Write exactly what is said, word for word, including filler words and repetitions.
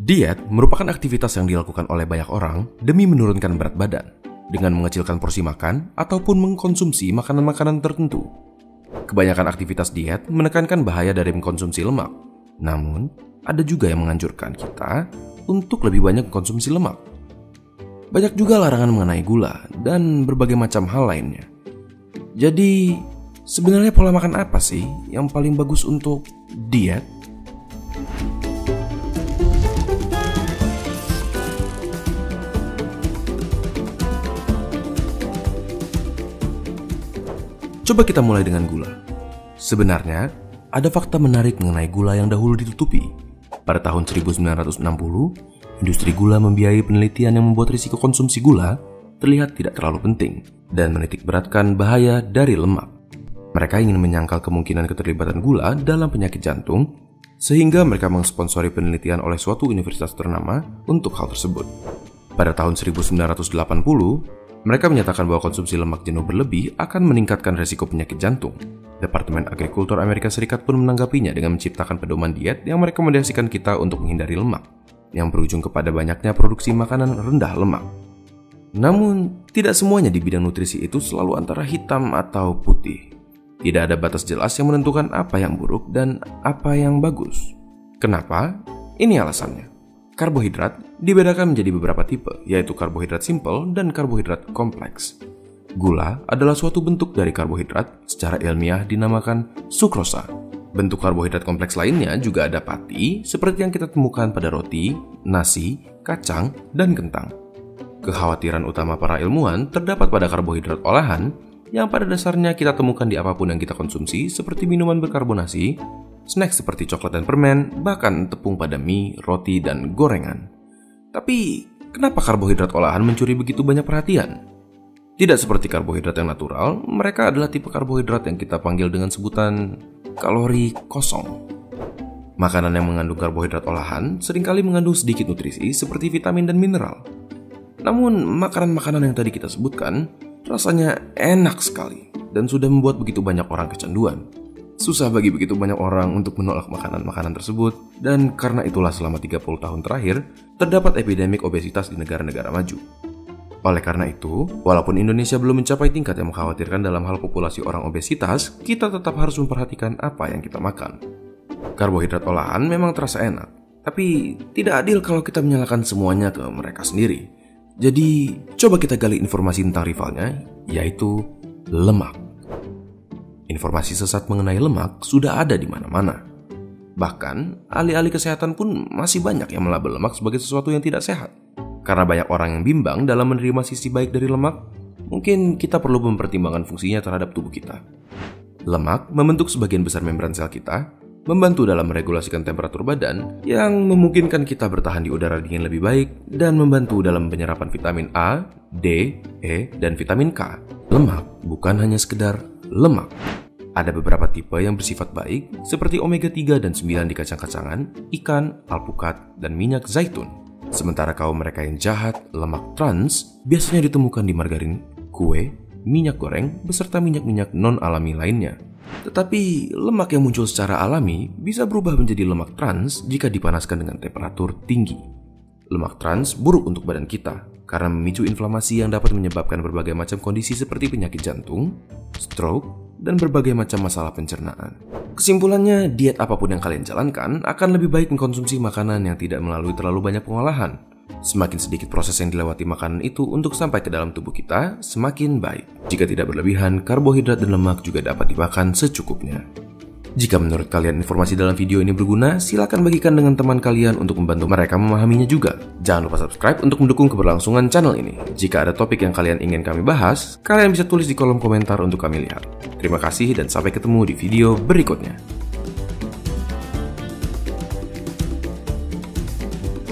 Diet merupakan aktivitas yang dilakukan oleh banyak orang demi menurunkan berat badan dengan mengecilkan porsi makan ataupun mengkonsumsi makanan-makanan tertentu. Kebanyakan aktivitas diet menekankan bahaya dari mengkonsumsi lemak. Namun, ada juga yang menganjurkan kita untuk lebih banyak mengkonsumsi lemak. Banyak juga larangan mengenai gula dan berbagai macam hal lainnya. Jadi, sebenarnya pola makan apa sih yang paling bagus untuk diet? Coba kita mulai dengan gula. Sebenarnya, ada fakta menarik mengenai gula yang dahulu ditutupi. Pada tahun seribu sembilan ratus enam puluh, industri gula membiayai penelitian yang membuat risiko konsumsi gula terlihat tidak terlalu penting dan menitikberatkan bahaya dari lemak. Mereka ingin menyangkal kemungkinan keterlibatan gula dalam penyakit jantung, sehingga mereka mensponsori penelitian oleh suatu universitas ternama untuk hal tersebut. Pada tahun seribu sembilan ratus delapan puluh, mereka menyatakan bahwa konsumsi lemak jenuh berlebih akan meningkatkan resiko penyakit jantung. Departemen Agrikultur Amerika Serikat pun menanggapinya dengan menciptakan pedoman diet yang merekomendasikan kita untuk menghindari lemak, yang berujung kepada banyaknya produksi makanan rendah lemak. Namun, tidak semuanya di bidang nutrisi itu selalu antara hitam atau putih. Tidak ada batas jelas yang menentukan apa yang buruk dan apa yang bagus. Kenapa? Ini alasannya. Karbohidrat dibedakan menjadi beberapa tipe, yaitu karbohidrat simpel dan karbohidrat kompleks. Gula adalah suatu bentuk dari karbohidrat, secara ilmiah dinamakan sukrosa. Bentuk karbohidrat kompleks lainnya juga ada pati, seperti yang kita temukan pada roti, nasi, kacang, dan kentang. Kekhawatiran utama para ilmuwan terdapat pada karbohidrat olahan, yang pada dasarnya kita temukan di apapun yang kita konsumsi, seperti minuman berkarbonasi, snack seperti coklat dan permen, bahkan tepung pada mie, roti, dan gorengan. Tapi, kenapa karbohidrat olahan mencuri begitu banyak perhatian? Tidak seperti karbohidrat yang natural, mereka adalah tipe karbohidrat yang kita panggil dengan sebutan kalori kosong. Makanan yang mengandung karbohidrat olahan seringkali mengandung sedikit nutrisi seperti vitamin dan mineral. Namun, makanan-makanan yang tadi kita sebutkan rasanya enak sekali dan sudah membuat begitu banyak orang kecanduan. Susah bagi begitu banyak orang untuk menolak makanan-makanan tersebut, dan karena itulah selama tiga puluh tahun terakhir, terdapat epidemik obesitas di negara-negara maju. Oleh karena itu, walaupun Indonesia belum mencapai tingkat yang mengkhawatirkan dalam hal populasi orang obesitas, kita tetap harus memperhatikan apa yang kita makan. Karbohidrat olahan memang terasa enak, tapi tidak adil kalau kita menyalahkan semuanya ke mereka sendiri. Jadi, coba kita gali informasi tentang rivalnya, yaitu lemak. Informasi sesat mengenai lemak sudah ada di mana-mana. Bahkan, ahli-ahli kesehatan pun masih banyak yang melabel lemak sebagai sesuatu yang tidak sehat. Karena banyak orang yang bimbang dalam menerima sisi baik dari lemak, mungkin kita perlu mempertimbangkan fungsinya terhadap tubuh kita. Lemak membentuk sebagian besar membran sel kita, membantu dalam meregulasikan temperatur badan yang memungkinkan kita bertahan di udara dingin lebih baik, dan membantu dalam penyerapan vitamin A, D, E, dan vitamin K. Lemak bukan hanya sekedar lemak. Ada beberapa tipe yang bersifat baik, seperti omega tiga dan sembilan di kacang-kacangan, ikan, alpukat, dan minyak zaitun. Sementara kaum mereka yang jahat, lemak trans, biasanya ditemukan di margarin, kue, minyak goreng, beserta minyak-minyak non-alami lainnya. Tetapi, lemak yang muncul secara alami bisa berubah menjadi lemak trans jika dipanaskan dengan temperatur tinggi. Lemak trans buruk untuk badan kita, karena memicu inflamasi yang dapat menyebabkan berbagai macam kondisi seperti penyakit jantung, stroke, dan berbagai macam masalah pencernaan. Kesimpulannya, diet apapun yang kalian jalankan akan lebih baik mengkonsumsi makanan yang tidak melalui terlalu banyak pengolahan. Semakin sedikit proses yang dilewati makanan itu untuk sampai ke dalam tubuh kita, semakin baik. Jika tidak berlebihan, karbohidrat dan lemak juga dapat dimakan secukupnya. Jika menurut kalian informasi dalam video ini berguna, silakan bagikan dengan teman kalian untuk membantu mereka memahaminya juga. Jangan lupa subscribe untuk mendukung keberlangsungan channel ini. Jika ada topik yang kalian ingin kami bahas, kalian bisa tulis di kolom komentar untuk kami lihat. Terima kasih dan sampai ketemu di video berikutnya.